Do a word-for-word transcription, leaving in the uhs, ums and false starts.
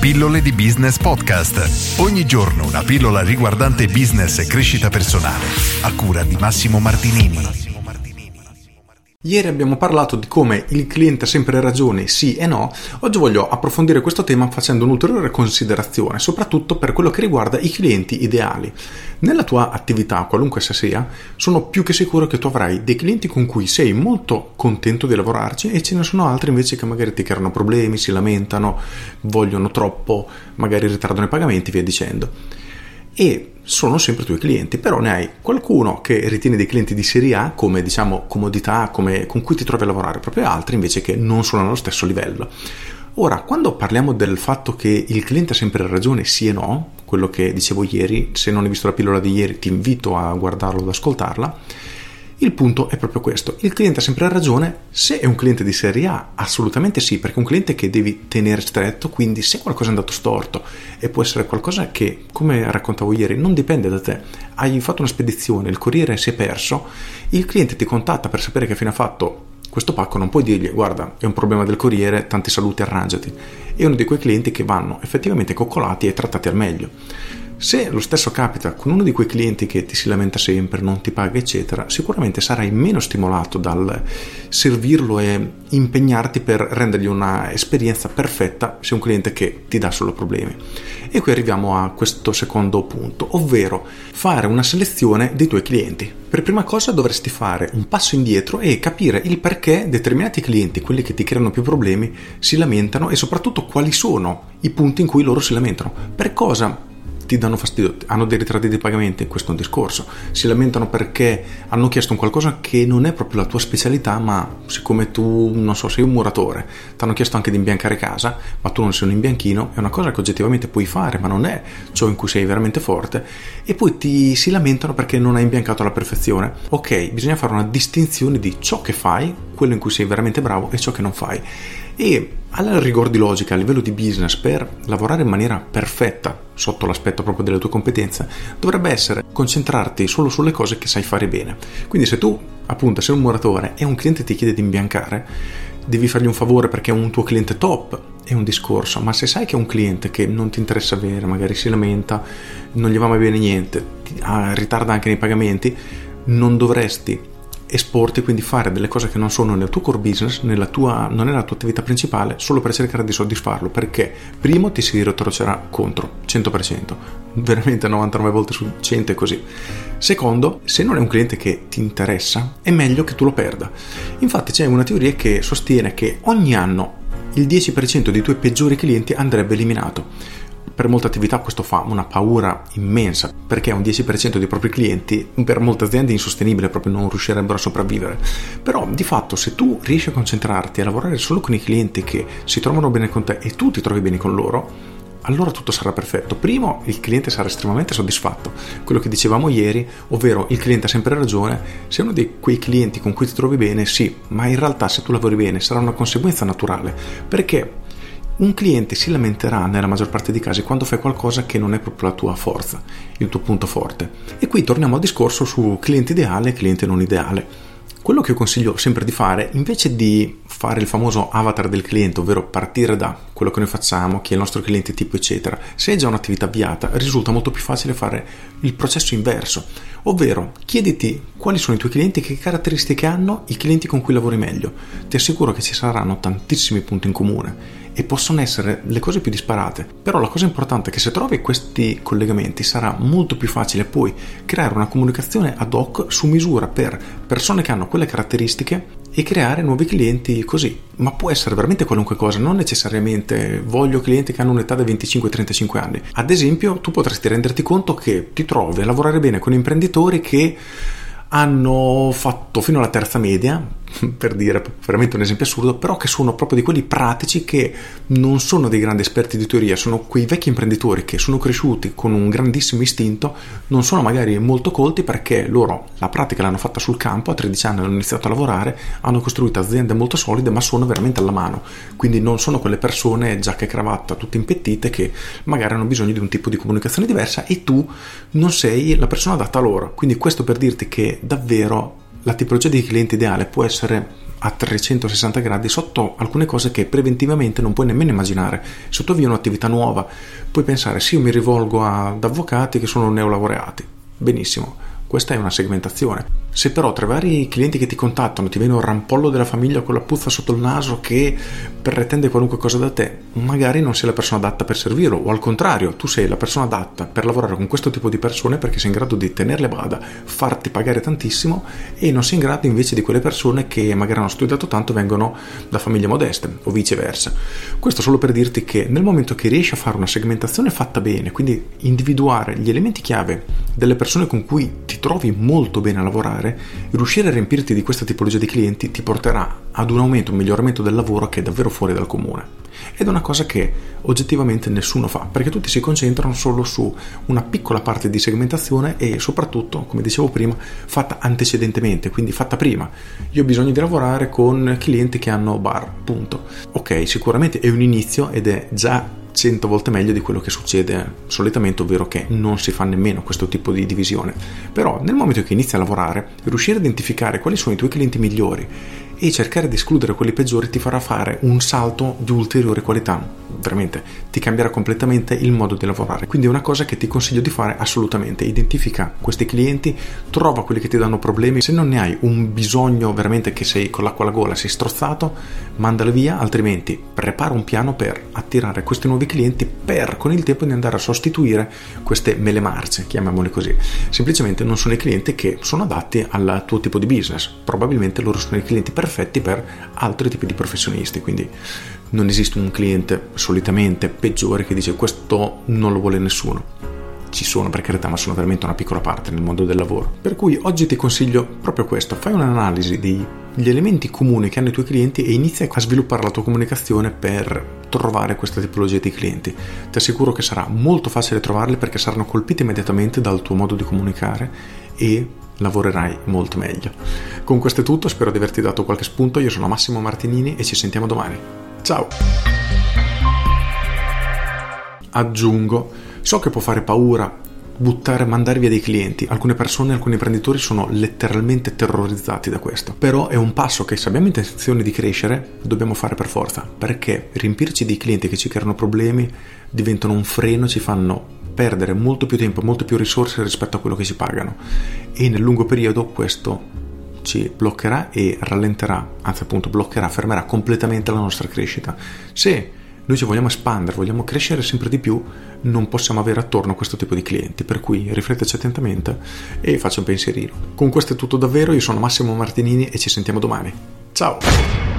Pillole di Business Podcast. Ogni giorno una pillola riguardante business e crescita personale. A cura di Massimo Martinini. Ieri abbiamo parlato di come il cliente ha sempre ragione, sì e no. Oggi voglio approfondire questo tema facendo un'ulteriore considerazione, soprattutto per quello che riguarda i clienti ideali. Nella tua attività, qualunque essa sia, sono più che sicuro che tu avrai dei clienti con cui sei molto contento di lavorarci e ce ne sono altri invece che magari ti creano problemi, si lamentano, vogliono troppo, magari ritardano i pagamenti, via dicendo. E sono sempre tuoi clienti, però ne hai qualcuno che ritieni dei clienti di serie A come, diciamo, comodità, come con cui ti trovi a lavorare, proprio altri invece che non sono allo stesso livello. Ora, quando parliamo del fatto che il cliente ha sempre ragione, sì e no, quello che dicevo ieri, se non hai visto la pillola di ieri ti invito a guardarlo, ad ascoltarla. Il punto è proprio questo: il cliente ha sempre ragione. Se è un cliente di serie A, assolutamente sì, perché è un cliente che devi tenere stretto, quindi se qualcosa è andato storto, e può essere qualcosa che, come raccontavo ieri, non dipende da te, hai fatto una spedizione, il corriere si è perso, il cliente ti contatta per sapere che fine ha fatto questo pacco, non puoi dirgli guarda, è un problema del corriere, tanti saluti, arrangiati. È uno di quei clienti che vanno effettivamente coccolati e trattati al meglio. Se lo stesso capita con uno di quei clienti che ti si lamenta sempre, non ti paga eccetera, sicuramente sarai meno stimolato dal servirlo e impegnarti per rendergli una esperienza perfetta se è un cliente che ti dà solo problemi. E qui arriviamo a questo secondo punto, ovvero fare una selezione dei tuoi clienti. Per prima cosa dovresti fare un passo indietro e capire il perché determinati clienti, quelli che ti creano più problemi, si lamentano e soprattutto quali sono i punti in cui loro si lamentano. Per cosa ti danno fastidio? Hanno dei ritardi di pagamento? Questo è un discorso. Si lamentano perché hanno chiesto un qualcosa che non è proprio la tua specialità, ma siccome tu, non so, sei un muratore, ti hanno chiesto anche di imbiancare casa, ma tu non sei un imbianchino, è una cosa che oggettivamente puoi fare, ma non è ciò in cui sei veramente forte, e poi ti si lamentano perché non hai imbiancato alla perfezione. Ok, bisogna fare una distinzione di ciò che fai, quello in cui sei veramente bravo, e ciò che non fai. E al rigor di logica, a livello di business, per lavorare in maniera perfetta sotto l'aspetto proprio delle tue competenze, dovrebbe essere concentrarti solo sulle cose che sai fare bene. Quindi se tu appunto sei un muratore e un cliente ti chiede di imbiancare, devi fargli un favore perché è un tuo cliente top, è un discorso. Ma se sai che è un cliente che non ti interessa avere, magari si lamenta, non gli va mai bene niente, ritarda anche nei pagamenti, non dovresti esporti, quindi fare delle cose che non sono nel tuo core business, nella tua, non è la tua attività principale, solo per cercare di soddisfarlo, perché primo ti si ritrocerà contro cento per cento, veramente novantanove volte su cento è così. Secondo, se non è un cliente che ti interessa, è meglio che tu lo perda. Infatti c'è una teoria che sostiene che ogni anno il dieci per cento dei tuoi peggiori clienti andrebbe eliminato. Per molte attività questo fa una paura immensa, perché un dieci per cento dei propri clienti per molte aziende è insostenibile, proprio non riuscirebbero a sopravvivere. Però di fatto se tu riesci a concentrarti a lavorare solo con i clienti che si trovano bene con te e tu ti trovi bene con loro, allora tutto sarà perfetto. Primo, il cliente sarà estremamente soddisfatto, quello che dicevamo ieri, ovvero il cliente ha sempre ragione. Se uno di quei clienti con cui ti trovi bene, sì, ma in realtà se tu lavori bene sarà una conseguenza naturale, perché un cliente si lamenterà nella maggior parte dei casi quando fai qualcosa che non è proprio la tua forza, il tuo punto forte. E qui torniamo al discorso su cliente ideale e cliente non ideale. Quello che io consiglio sempre di fare, invece di fare il famoso avatar del cliente, ovvero partire da quello che noi facciamo, chi è il nostro cliente tipo eccetera, se è già un'attività avviata risulta molto più facile fare il processo inverso, ovvero chiediti quali sono i tuoi clienti, che caratteristiche hanno i clienti con cui lavori meglio. Ti assicuro che ci saranno tantissimi punti in comune e possono essere le cose più disparate, però la cosa importante è che se trovi questi collegamenti sarà molto più facile poi creare una comunicazione ad hoc su misura per persone che hanno quelle caratteristiche e creare nuovi clienti così. Ma può essere veramente qualunque cosa, non necessariamente voglio clienti che hanno un'età da venticinque trentacinque anni. Ad esempio, tu potresti renderti conto che ti trovi a lavorare bene con imprenditori che hanno fatto fino alla terza media, per dire veramente un esempio assurdo, però che sono proprio di quelli pratici, che non sono dei grandi esperti di teoria, sono quei vecchi imprenditori che sono cresciuti con un grandissimo istinto, non sono magari molto colti perché loro la pratica l'hanno fatta sul campo, a tredici anni hanno iniziato a lavorare, hanno costruito aziende molto solide, ma sono veramente alla mano, quindi non sono quelle persone giacca e cravatta tutte impettite che magari hanno bisogno di un tipo di comunicazione diversa e tu non sei la persona adatta a loro. Quindi questo per dirti che davvero la tipologia di cliente ideale può essere a trecentosessanta gradi sotto alcune cose che preventivamente non puoi nemmeno immaginare. Sottovia un'attività nuova, puoi pensare sì, io mi rivolgo ad avvocati che sono neolaureati, benissimo, questa è una segmentazione. Se però tra i vari clienti che ti contattano ti viene un rampollo della famiglia con la puzza sotto il naso che pretende qualunque cosa da te, magari non sei la persona adatta per servirlo, o al contrario, tu sei la persona adatta per lavorare con questo tipo di persone perché sei in grado di tenerle a bada, farti pagare tantissimo, e non sei in grado invece di quelle persone che magari hanno studiato tanto e vengono da famiglie modeste o viceversa. Questo solo per dirti che nel momento che riesci a fare una segmentazione fatta bene, quindi individuare gli elementi chiave delle persone con cui ti trovi molto bene a lavorare, riuscire a riempirti di questa tipologia di clienti ti porterà ad un aumento, un miglioramento del lavoro che è davvero fuori dal comune. Ed è una cosa che oggettivamente nessuno fa, perché tutti si concentrano solo su una piccola parte di segmentazione e soprattutto, come dicevo prima, fatta antecedentemente, quindi fatta prima. Io ho bisogno di lavorare con clienti che hanno bar, punto. Ok, sicuramente è un inizio ed è già cento volte meglio di quello che succede solitamente, ovvero che non si fa nemmeno questo tipo di divisione. Però nel momento che inizi a lavorare, riuscire a identificare quali sono i tuoi clienti migliori e cercare di escludere quelli peggiori ti farà fare un salto di ulteriore qualità. Veramente ti cambierà completamente il modo di lavorare. Quindi è una cosa che ti consiglio di fare assolutamente: identifica questi clienti, trova quelli che ti danno problemi. Se non ne hai un bisogno veramente che sei con l'acqua alla gola, sei strozzato, mandali via, altrimenti prepara un piano per attirare questi nuovi clienti, per con il tempo di andare a sostituire queste mele marce, chiamiamole così. Semplicemente non sono i clienti che sono adatti al tuo tipo di business, probabilmente loro sono i clienti perfetti per altri tipi di professionisti, quindi non esiste un cliente solitamente peggiore che dice questo non lo vuole nessuno. Ci sono, per carità, ma sono veramente una piccola parte nel mondo del lavoro. Per cui oggi ti consiglio proprio questo: fai un'analisi degli elementi comuni che hanno i tuoi clienti e inizia a sviluppare la tua comunicazione per trovare questa tipologia di clienti. Ti assicuro che sarà molto facile trovarli, perché saranno colpiti immediatamente dal tuo modo di comunicare e lavorerai molto meglio. Con questo è tutto, spero di averti dato qualche spunto. Io sono Massimo Martinini e ci sentiamo domani. Ciao! Aggiungo, so che può fare paura buttare, mandare via dei clienti. Alcune persone, alcuni imprenditori sono letteralmente terrorizzati da questo. Però è un passo che, se abbiamo intenzione di crescere, dobbiamo fare per forza, perché riempirci di clienti che ci creano problemi diventano un freno, ci fanno perdere molto più tempo, molte più risorse rispetto a quello che ci pagano, e nel lungo periodo questo ci bloccherà e rallenterà, anzi appunto bloccherà, fermerà completamente la nostra crescita. Se noi ci vogliamo espandere, vogliamo crescere sempre di più, non possiamo avere attorno questo tipo di clienti, per cui rifletteci attentamente e faccia un pensierino. Con questo è tutto davvero, io sono Massimo Martinini e ci sentiamo domani. Ciao!